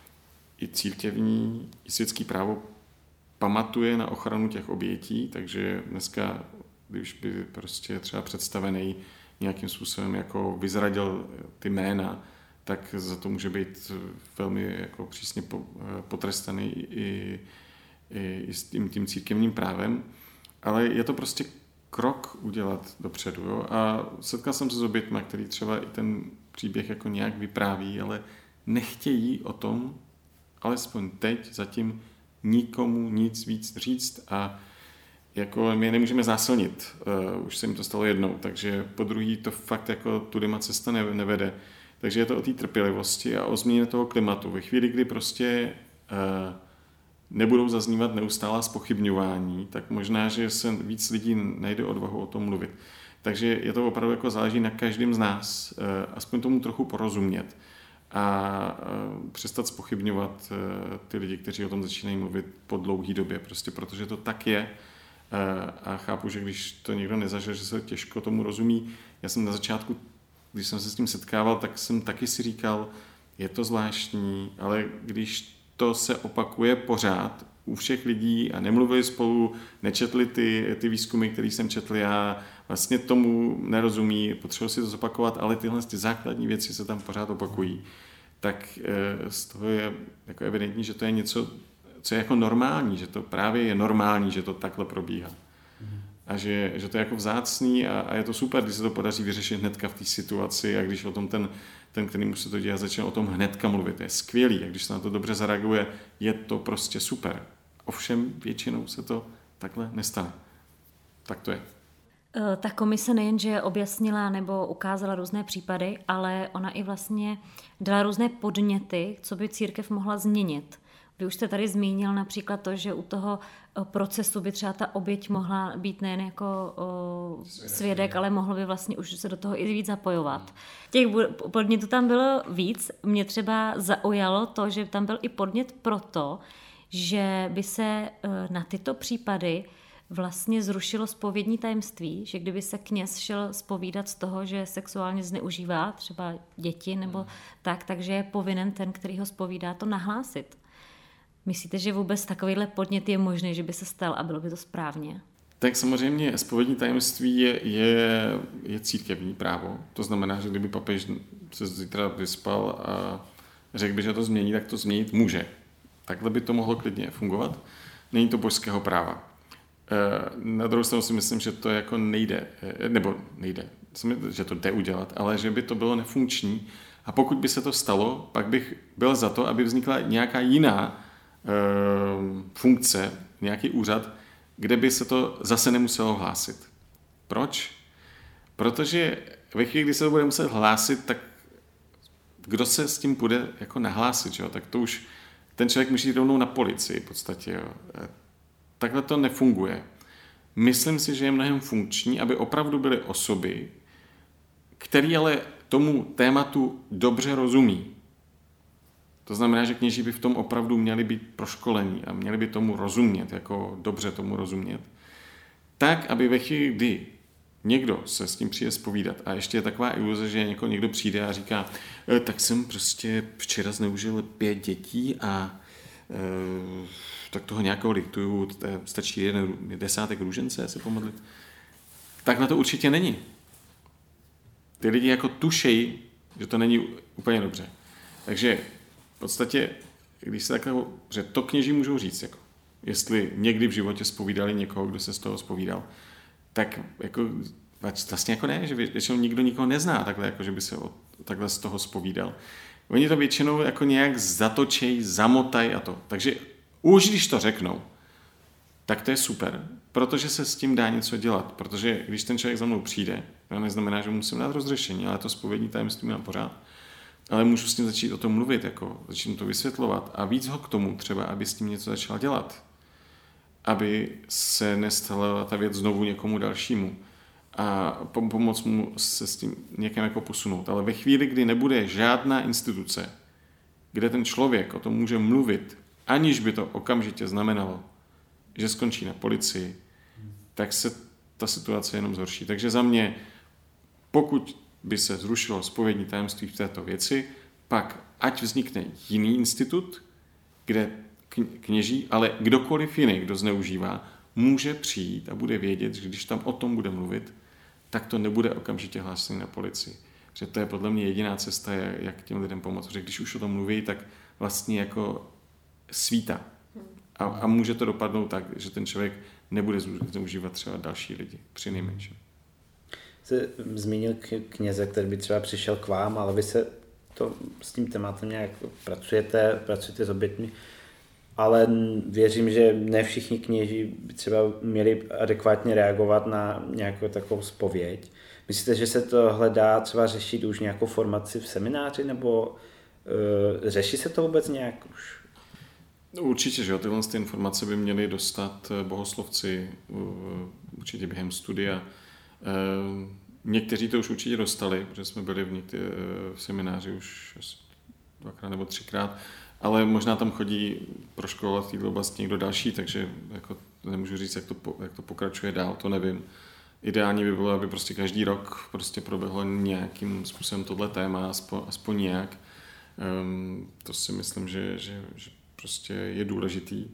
i církevní, i světský právo pamatuje na ochranu těch obětí, takže dneska, když by prostě třeba představený nějakým způsobem jako vyzradil ty jména, tak za to může být velmi jako přísně potrestaný i, i, i s tím, tím církevním právem, ale je to prostě krok udělat dopředu. Jo? A setkal jsem se s obětmi, který třeba i ten příběh jako nějak vypráví, ale nechtějí o tom, alespoň teď zatím nikomu nic víc říct a jako my nemůžeme zásilnit. Uh, už se jim to stalo jednou, takže po druhý to fakt jako tudyma cesta nevede. Takže je to o té trpělivosti a o změně toho klimatu. Ve chvíli, kdy prostě uh, nebudou zaznívat neustálá zpochybňování, tak možná, že se víc lidí najde odvahu o tom mluvit. Takže je to opravdu jako záleží na každém z nás, uh, aspoň tomu trochu porozumět a přestat zpochybňovat ty lidi, kteří o tom začínají mluvit po dlouhé době, prostě protože to tak je a chápu, že když to někdo nezažil, že se těžko tomu rozumí. Já jsem na začátku, když jsem se s tím setkával, tak jsem taky si říkal, je to zvláštní, ale když to se opakuje pořád u všech lidí a nemluvili spolu, nečetli ty, ty výzkumy, které jsem četl já, vlastně tomu nerozumí, potřebuji si to zopakovat, ale tyhle ty základní věci se tam pořád opakují, tak z toho je jako evidentní, že to je něco, co je jako normální, že to právě je normální, že to takhle probíhá. A že, že to je jako vzácný a, a je to super, když se to podaří vyřešit hnedka v té situaci a když o tom ten, ten kterýmu se to děje, začne o tom hnedka mluvit. Je skvělý a když se na to dobře zareaguje, je to prostě super. Ovšem většinou se to takhle nestane. Tak to je. Ta komise nejenže objasnila nebo ukázala různé případy, ale ona i vlastně dala různé podněty, co by církev mohla změnit. Vy už jste tady zmínil například to, že u toho procesu by třeba ta oběť mohla být nejen jako o, svědek, ale mohl by vlastně už se do toho i víc zapojovat. Těch podnětů tam bylo víc. Mě třeba zaujalo to, že tam byl i podnět proto, že by se na tyto případy vlastně zrušilo zpovědní tajemství, že kdyby se kněz šel zpovídat z toho, že sexuálně zneužívá třeba děti nebo tak, takže je povinen ten, který ho zpovídá, to nahlásit. Myslíte, že vůbec takovýhle podnět je možný, že by se stal a bylo by to správně? Tak samozřejmě zpovědní tajemství je, je, je církevní právo. To znamená, že kdyby papež se zítra vyspal a řekl by, že to změní, tak to změnit může. Takhle by to mohlo klidně fungovat. Není to božského práva. Na druhou stranu si myslím, že to jako nejde, nebo nejde, že to jde udělat, ale že by to bylo nefunkční. A pokud by se to stalo, pak bych byl za to, aby vznikla nějaká jiná funkce, nějaký úřad, kde by se to zase nemuselo hlásit. Proč? Protože ve chvíli, kdy se to bude muset hlásit, tak kdo se s tím bude jako nahlásit, jo? Tak to už ten člověk musí jít rovnou na policii v podstatě. Jo? takhle to nefunguje. Myslím si, že je mnohem funkční, aby opravdu byly osoby, které ale tomu tématu dobře rozumí. To znamená, že kněží by v tom opravdu měli být proškolení a měli by tomu rozumět, jako dobře tomu rozumět. Tak, aby ve chvíli, kdy někdo se s tím přijde zpovídat a ještě je taková iluze, že jako někdo přijde a říká, e, tak jsem prostě včera zneužil pět dětí a e, tak toho nějakého liktuju, stačí jeden desátek růžence se pomodlit. Tak na to určitě není. Ty lidi jako tušejí, že to není úplně dobře. Takže v podstatě, když se takhle, že to kněží můžou říct, jako, jestli někdy v životě zpovídali někoho, kdo se z toho zpovídal, tak jako, vlastně jako ne, že většinou nikdo nikoho nezná takhle, jako, že by se takhle z toho zpovídal. Oni to většinou jako nějak zatočejí, zamotají a to. Takže už když to řeknou, tak to je super, protože se s tím dá něco dělat, protože když ten člověk za mnou přijde, to neznamená, že musím dát rozřešení, ale to zpovědní tajemství mám pořád, ale můžu s tím začít o tom mluvit, jako, začít to vysvětlovat a víc ho k tomu třeba, aby s tím něco začal dělat, aby se nestala ta věc znovu někomu dalšímu a pomoct mu se s tím někam jako posunout. Ale ve chvíli, kdy nebude žádná instituce, kde ten člověk o tom může mluvit, aniž by to okamžitě znamenalo, že skončí na policii, tak se ta situace jenom zhorší. Takže za mě, pokud by se zrušilo zpovědní tajemství v této věci, pak ať vznikne jiný institut, kde kněží, ale kdokoliv jiný, kdo zneužívá, může přijít a bude vědět, že když tam o tom bude mluvit, tak to nebude okamžitě hlášený na policii. Že to je podle mě jediná cesta, jak těm lidem pomoct. Protože když už o tom mluví, tak vlastně jako svítá. A, a může to dopadnout tak, že ten člověk nebude zneužívat třeba další lidi, při nejmenším. Jste zmínil kněze, který by třeba přišel k vám, ale vy se to, s tím tématem nějak pracujete, pracujete s oběťmi, ale věřím, že ne všichni kněží by třeba měli adekvátně reagovat na nějakou takovou zpověď. Myslíte, že se to hledá třeba řešit už nějakou formaci v semináři, nebo uh, řeší se to vůbec nějak už? No, určitě, že jo, tyhle ty informace by měli dostat bohoslovci určitě během studia. Někteří to už určitě dostali, protože jsme byli v, někde, v semináři už dvakrát nebo třikrát, ale možná tam chodí proškolovat v této oblasti někdo další, takže jako nemůžu říct, jak to, jak to pokračuje dál, to nevím. Ideální by bylo, aby prostě každý rok prostě proběhlo nějakým způsobem tohle téma, aspoň, aspoň nějak. Um, to si myslím, že, že, že prostě je důležitý.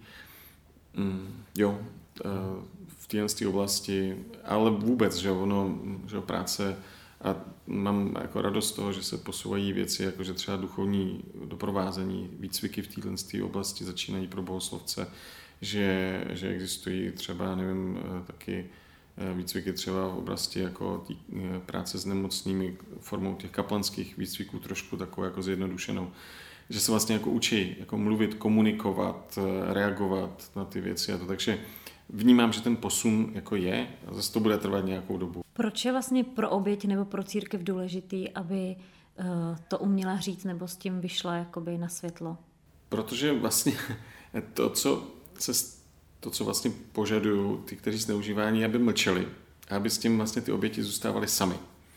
Mm, jo, uh, v této oblasti, ale vůbec, že ono, že práce a mám jako radost z toho, že se posouvají věci, jako že třeba duchovní doprovázení, výcviky v této oblasti začínají pro bohoslovce, že, že existují třeba, nevím, taky výcviky třeba v oblasti jako tý, práce s nemocnými formou těch kaplanských výcviků trošku takovou jako zjednodušenou, že se vlastně jako učí jako mluvit, komunikovat, reagovat na ty věci a to, takže vnímám, že ten posun jako je a zase to bude trvat nějakou dobu. Proč je vlastně pro oběť nebo pro církev důležitý, aby to uměla říct nebo s tím vyšla jakoby na světlo? Protože vlastně to, co se to, co vlastně požadují ty, kteří zneužívání, aby mlčeli a aby s tím vlastně ty oběti zůstávaly sami.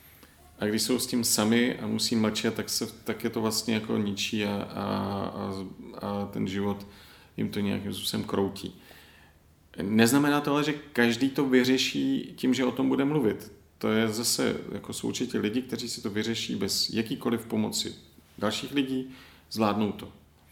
A když jsou s tím sami a musí mlčet, tak, se, tak je to vlastně jako ničí a, a, a, a ten život jim to nějakým způsobem kroutí. Neznamená to ale, že každý to vyřeší tím, že o tom bude mluvit. To je zase, jako jsou určitě lidi, kteří si to vyřeší bez jakýkoliv pomoci dalších lidí, zvládnou to.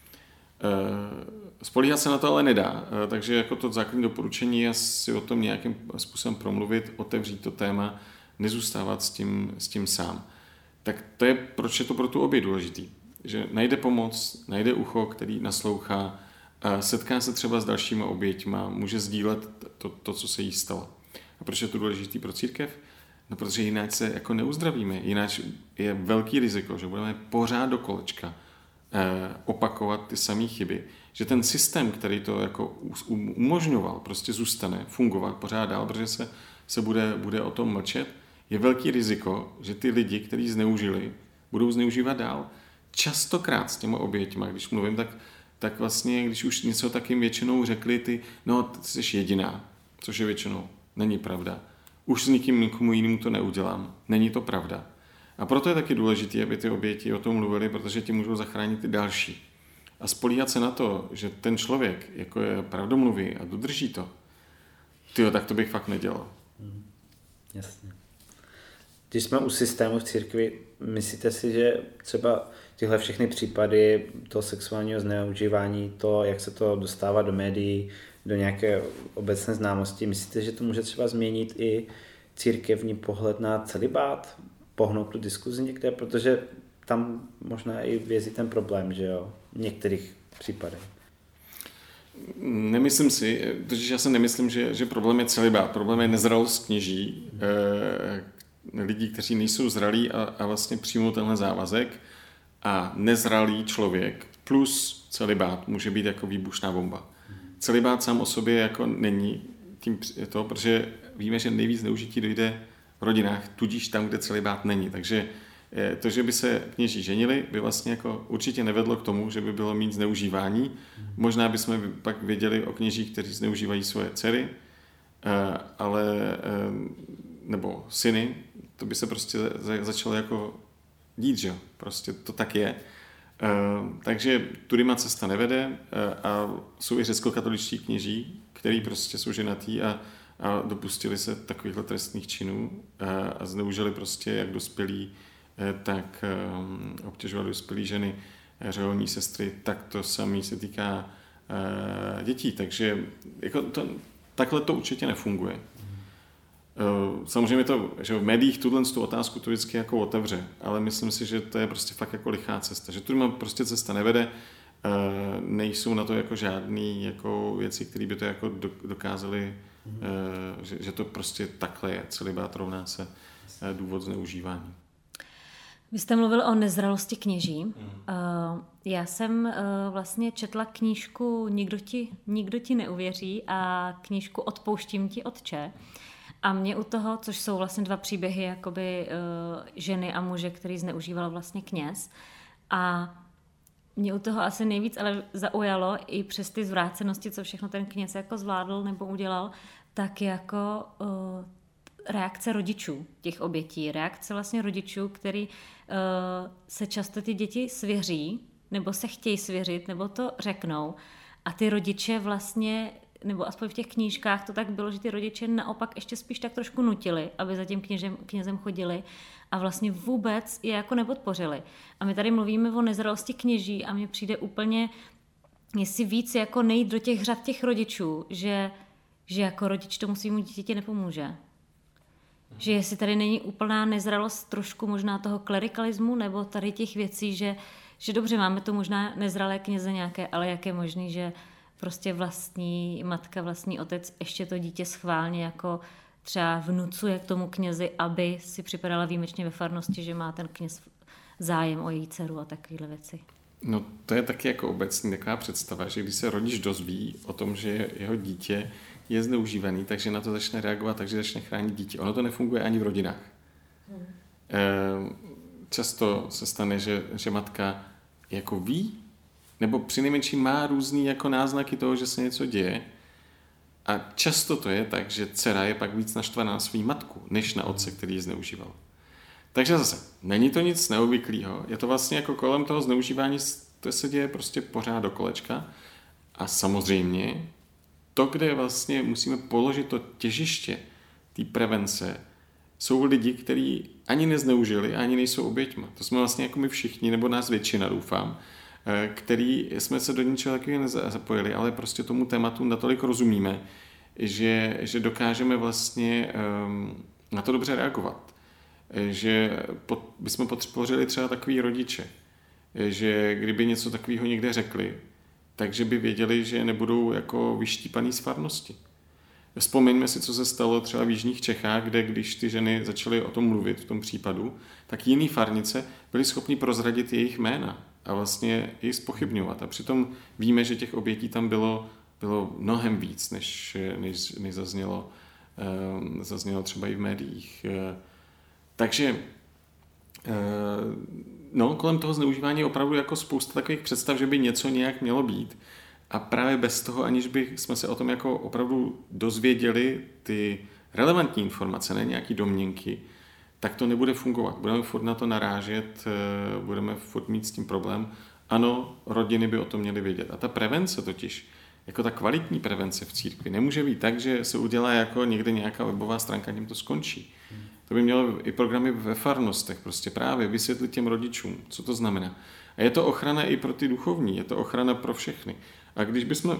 Spolíhat se na to ale nedá, takže jako to základní doporučení je si o tom nějakým způsobem promluvit, otevřít to téma, nezůstávat s tím, s tím sám. Tak to je, proč je to pro tu oběť důležitý. Že najde pomoc, najde ucho, který naslouchá, setká se třeba s dalšíma oběťma, může sdílet to, to, co se jí stalo. A proč je to důležitý pro církev? No, protože jinak se jako neuzdravíme, jinak je velký riziko, že budeme pořád do kolečka opakovat ty samé chyby, že ten systém, který to jako umožňoval, prostě zůstane fungovat pořád dál, protože se, se bude, bude o tom mlčet, je velký riziko, že ty lidi, kteří zneužili, budou zneužívat dál. Častokrát s těma oběťma, když mluvím, tak, tak vlastně, když už něco takým většinou řekli ty, no, ty jsi jediná, což je většinou, není pravda. Už s nikým nikomu jinému to neudělám, není to pravda. A proto je taky důležité, aby ty oběti o tom mluvili, protože ti můžou zachránit i další. A spolíhat se na to, že ten člověk jako je pravdomluvý a dodrží to, tyjo, tak to bych fakt nedělal. Hmm. Jasně. Když jsme u systému v církvi, myslíte si, že třeba tyhle všechny případy toho sexuálního zneužívání, to, jak se to dostává do médií, do nějaké obecné známosti, myslíte, že to může třeba změnit i církevní pohled na celibát, pohnout tu diskuzi někde, protože tam možná i vězí ten problém, že jo, v některých případech. Nemyslím si, protože já si nemyslím, že, že problém je celibát, problém je nezralost kněží, eh, lidí, kteří nejsou zralí a, a vlastně přijmou tenhle závazek a nezralý člověk plus celibát může být jako výbušná bomba. Celibát sám o sobě jako není tím to, protože víme, že nejvíc zneužití dojde v rodinách, tudíž tam, kde celibát není. Takže to, že by se kněží ženili, by vlastně jako určitě nevedlo k tomu, že by bylo mít zneužívání. Možná bychom pak věděli o kněžích, kteří zneužívají svoje dcery, ale, nebo syny, to by se prostě začalo jako dít, že jo? Prostě to tak je. Takže tudyma cesta nevede a jsou i řeckokatoličtí kněží, který prostě jsou ženatí a, a dopustili se takovýchhle trestných činů a, a zneužili prostě jak dospělí, tak um, obtěžovali dospělí ženy, řeholní sestry, tak to samé se týká uh, dětí. Takže jako to, takhle to určitě nefunguje. Uh, samozřejmě to, že v médiích tuhle tu otázku to vždycky jako otevře, ale myslím si, že to je prostě fakt jako lichá cesta. Že tu má prostě cesta nevede, uh, nejsou na to jako žádný jako věci, které by to jako do, dokázaly, uh, že, že to prostě takhle je. Celibát rovná se uh, důvod zneužívání. Vy jste mluvil o nezralosti kněží. Mm. Já jsem vlastně četla knížku Nikdo ti, nikdo ti neuvěří a knížku Odpouštím ti, Otče. A mě u toho, což jsou vlastně dva příběhy jakoby ženy a muže, který zneužíval vlastně kněz. A mě u toho asi nejvíc ale zaujalo i přes ty zvrácenosti, co všechno ten kněz jako zvládl nebo udělal, tak jako reakce rodičů těch obětí, reakce vlastně rodičů, který uh, se často ty děti svěří, nebo se chtějí svěřit, nebo to řeknou. A ty rodiče vlastně, nebo aspoň v těch knížkách to tak bylo, že ty rodiče naopak ještě spíš tak trošku nutili, aby za tím kněžem, knězem chodili a vlastně vůbec je jako nepodpořili. A my tady mluvíme o nezralosti kněží a mně přijde úplně, jestli víc jako nejít do těch řad těch rodičů, že, že jako rodič tomu svýmu dítěti nepomůže. Že jestli tady není úplná nezralost trošku možná toho klerikalismu nebo tady těch věcí, že, že dobře, máme tu možná nezralé kněze nějaké, ale jak je možný, že prostě vlastní matka, vlastní otec ještě to dítě schválně jako třeba vnucuje k tomu knězi, aby si připadala výjimečně ve farnosti, že má ten kněz zájem o její dceru a takovéhle věci. No to je taky jako obecně taková představa, že když se rodič dozví o tom, že jeho dítě je zneužívaný, takže na to začne reagovat, takže začne chránit dítě. Ono to nefunguje ani v rodinách. Hmm. Často se stane, že, že matka jako ví, nebo přinejmenším má různý jako náznaky toho, že se něco děje. A často to je tak, že dcera je pak víc naštvaná na svou matku, než na otce, který ji zneužíval. Takže zase, není to nic neobvyklého. Je to vlastně jako kolem toho zneužívání, to se děje prostě pořád do kolečka. A samozřejmě to, kde vlastně musíme položit to těžiště té prevence, jsou lidi, kteří ani nezneužili, ani nejsou oběťma. To jsme vlastně jako my všichni, nebo nás většina, doufám, který jsme se do ničeho takového nezapojili, ale prostě tomu tématu natolik rozumíme, že, že dokážeme vlastně um, na to dobře reagovat. Že pot, bychom potřebovali třeba takový rodiče, že kdyby něco takového někde řekli, takže by věděli, že nebudou jako vyštípaný z farnosti. Vzpomeňme si, co se stalo třeba v jižních Čechách, kde když ty ženy začaly o tom mluvit v tom případu, tak jiný farnice byly schopni prozradit jejich jména a vlastně ji zpochybňovat. A přitom víme, že těch obětí tam bylo, bylo mnohem víc, než, než, než zaznělo, zaznělo třeba i v médiích. Takže no, kolem toho zneužívání je opravdu jako spousta takových představ, že by něco nějak mělo být. A právě bez toho, aniž by jsme se o tom jako opravdu dozvěděli ty relevantní informace, ne nějaký domněnky, tak to nebude fungovat. Budeme furt na to narážet, budeme furt mít s tím problém. Ano, rodiny by o tom měly vědět. A ta prevence totiž, jako ta kvalitní prevence v církvi, nemůže být tak, že se udělá jako někde nějaká webová stránka, tím to skončí. To by mělo i programy ve farnostech, prostě právě vysvětlit těm rodičům, co to znamená. A je to ochrana i pro ty duchovní, je to ochrana pro všechny. A když bychom,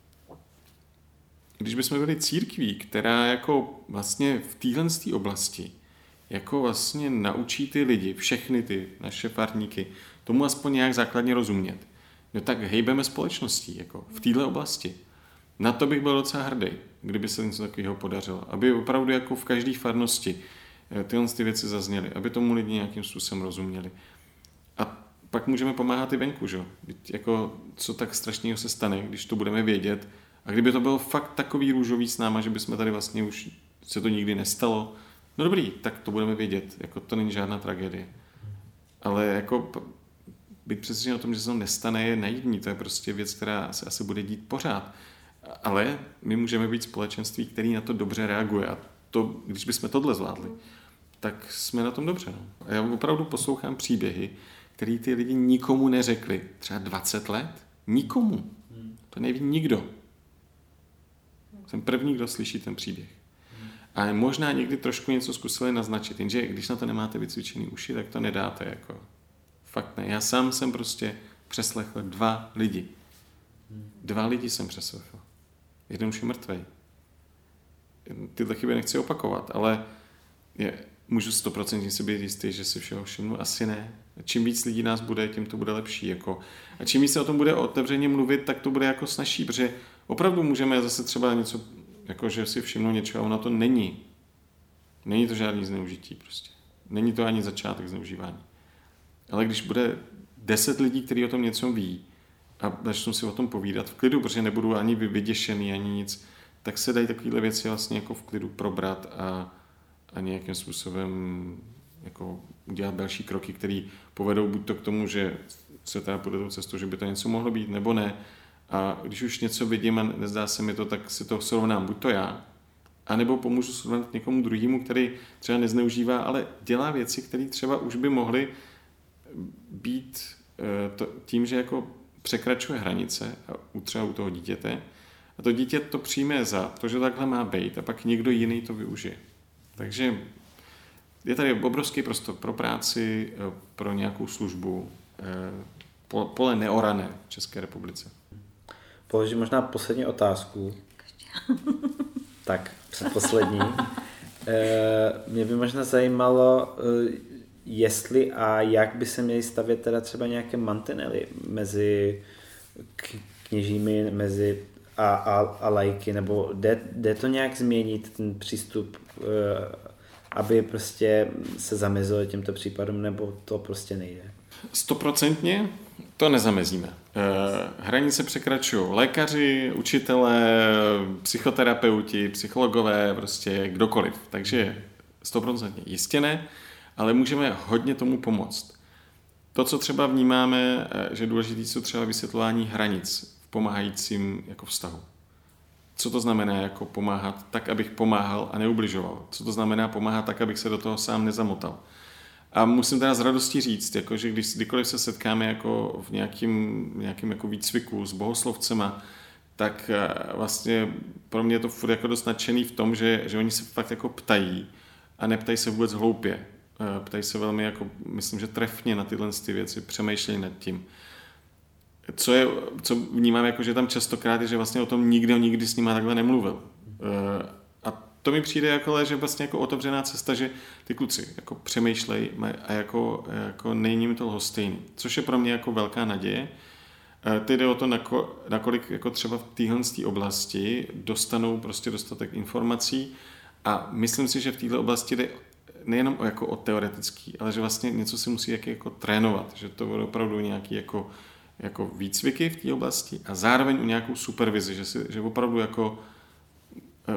když bychom byli církví, která jako vlastně v téhle oblasti jako vlastně naučí ty lidi, všechny ty naše farníky, tomu aspoň nějak základně rozumět, no tak hejbeme společností jako v téhle oblasti. Na to bych byl docela hrdý, kdyby se něco takového podařilo. Aby opravdu jako v každé farnosti tyhle ty věci zazněly, aby tomu lidi nějakým způsobem rozuměli. A pak můžeme pomáhat i venku, že? Jako, co tak strašného se stane, když to budeme vědět. A kdyby to bylo fakt takový růžový s náma, že bychom tady vlastně už se to nikdy nestalo, no dobrý, tak to budeme vědět. Jako, to není žádná tragédie. Ale jako být přesvědčen o tom, že se to nestane, je naivní. To je prostě věc, která se asi bude dít pořád. Ale my můžeme být společenství, který na to dobře reaguje. A to, když bychom tohle zvládli, tak jsme na tom dobře. No. A já opravdu poslouchám příběhy, který ty lidi nikomu neřekli. Třeba dvacet let? Nikomu. To neví nikdo. Jsem první, kdo slyší ten příběh. A možná někdy trošku něco zkusili naznačit, jenže když na to nemáte vycvičený uši, tak to nedáte. Jako. Fakt ne. Já sám jsem prostě přeslechl dva lidi. Dva lidi jsem přeslechl. Jeden už je mrtvej. Tyhle chyby nechci opakovat, ale je, můžu stoprocentně si být jistý, že si všeho všimnu. Asi ne. Čím víc lidí nás bude, tím to bude lepší. Jako. A čím víc se o tom bude otevřeně mluvit, tak to bude jako snazší, protože opravdu můžeme zase třeba něco, jako že si všimnou něčeho, a ono to není. Není to žádný zneužití prostě. Není to ani začátek zneužívání. Ale když bude deset lidí, kteří o tom něco ví a začnou si o tom povídat v klidu, protože nebudou ani vyděšený, ani nic, tak se dají takovéhle věci vlastně jako v klidu probrat a, a nějakým způsobem jako udělat další kroky, které povedou buď to k tomu, že se teda půjde tou cestou, že by to něco mohlo být, nebo ne. A když už něco vidím a nezdá se mi to, tak si to srovnám, buď to já, anebo pomůžu srovnat někomu druhému, který třeba nezneužívá, ale dělá věci, které třeba už by mohly být to, tím, že jako překračuje hranice, a třeba u toho dítěte, a to dítě to přijme za to, že takhle má být, a pak někdo jiný to využije. Takže je tady obrovský prostor pro práci, pro nějakou službu, pole neorané v České republice. Položím možná poslední otázku. Tak, předposlední. Mě by možná zajímalo, jestli a jak by se měly stavět teda třeba nějaké mantinely mezi kněžími, mezi a, a, a lajky, nebo jde, jde to nějak změnit ten přístup, aby prostě se zamezilo těmto případům, nebo to prostě nejde? Stoprocentně to nezamezíme. Hranice překračují lékaři, učitelé, psychoterapeuti, psychologové, prostě kdokoliv. Takže stoprocentně jistě ne, ale můžeme hodně tomu pomoct. To, co třeba vnímáme, že důležitý jsou třeba vysvětlování hranic v pomáhajícím jako vztahu. Co to znamená jako pomáhat tak, abych pomáhal a neubližoval? Co to znamená pomáhat tak, abych se do toho sám nezamotal? A musím teda s radostí říct, jako, že když kdykoliv se setkáme jako v nějakým, nějakým jako výcviku s bohoslovcema, tak vlastně pro mě je to furt jako dost nadšený v tom, že, že oni se fakt jako ptají a neptají se vůbec hloupě. Ptají se velmi jako, myslím, že trefně na tyhle ty věci, přemýšlejí nad tím. Co, je, co vnímám, jako, že tam častokrát je, že vlastně o tom nikdo nikdy s nima takhle nemluvil. A to mi přijde jako, že vlastně jako otevřená cesta, že ty kluci jako přemýšlej a jako, jako není jim to lhostejný. Což je pro mě jako velká naděje. Teď jde o to, nakolik jako třeba v téhle oblasti dostanou prostě dostatek informací a myslím si, že v této oblasti jde nejenom o, jako o teoretický, ale že vlastně něco si musí jako, jako trénovat, že to bude opravdu nějaký jako, jako výcviky v té oblasti a zároveň o nějakou supervizi, že, si, že opravdu jako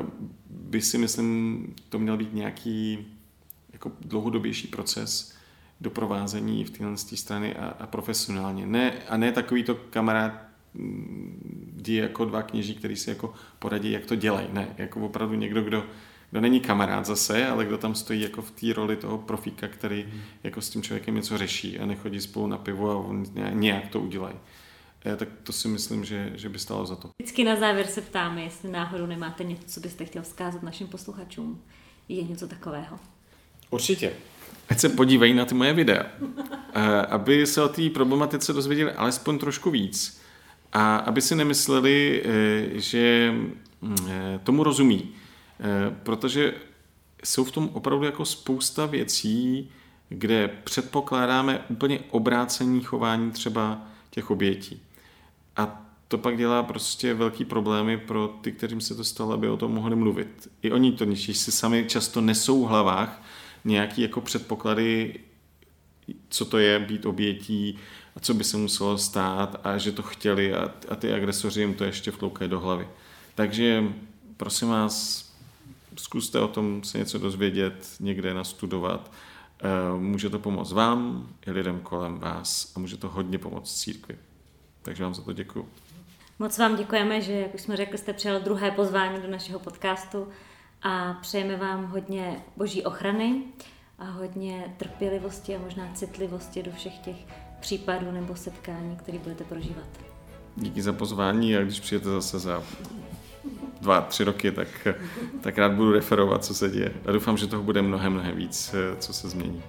by si myslím, to měl být nějaký jako dlouhodobější proces, doprovázení v téhle strany a, a profesionálně. Ne, a ne takový to kamarád, kdy jako dva kněží, který si jako poradí, jak to dělají. Ne, jako opravdu někdo, kdo, kdo není kamarád zase, ale kdo tam stojí jako v té roli toho profíka, který hmm. jako s tím člověkem něco řeší a nechodí spolu na pivo a on nějak to udělají. E, tak to si myslím, že, že by stálo za to. Vždycky na závěr se ptáme, jestli náhodou nemáte něco, co byste chtěl vzkázat našim posluchačům. Je něco takového? Určitě. Ať se podívají na ty moje videa, aby se o té problematice dozvěděli alespoň trošku víc a aby si nemysleli, že tomu rozumí, protože jsou v tom opravdu jako spousta věcí, kde předpokládáme úplně obrácení chování třeba těch obětí. A to pak dělá prostě velký problémy pro ty, kterým se to stalo, aby o tom mohli mluvit. I oni to ničí si sami často nesou v hlavách nějaký jako předpoklady, co to je být obětí a co by se muselo stát a že to chtěli a, a ty agresoři jim to ještě vtloukají do hlavy. Takže prosím vás, zkuste o tom se něco dozvědět, někde nastudovat. Může to pomoct vám i lidem kolem vás a může to hodně pomoct církvi. Takže vám za to děkuju. Moc vám děkujeme, že, jak už jsme řekli, jste přijal druhé pozvání do našeho podcastu a přejeme vám hodně boží ochrany a hodně trpělivosti a možná citlivosti do všech těch případů nebo setkání, které budete prožívat. Díky za pozvání a když přijete zase za dva, tři roky, tak, tak rád budu referovat, co se děje. A doufám, že toho bude mnohem, mnohem víc, co se změní.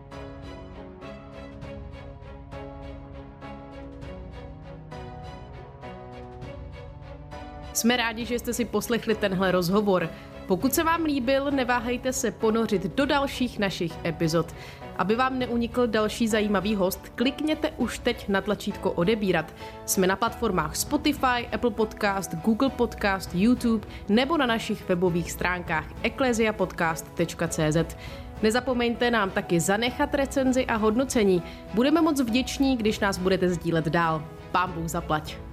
Jsme rádi, že jste si poslechli tenhle rozhovor. Pokud se vám líbil, neváhejte se ponořit do dalších našich epizod. Aby vám neunikl další zajímavý host, klikněte už teď na tlačítko odebírat. Jsme na platformách Spotify, Apple Podcast, Google Podcast, YouTube nebo na našich webových stránkách ecclesiapodcast tečka cé zet. Nezapomeňte nám taky zanechat recenzi a hodnocení. Budeme moc vděční, když nás budete sdílet dál. Pán Bůh zaplať.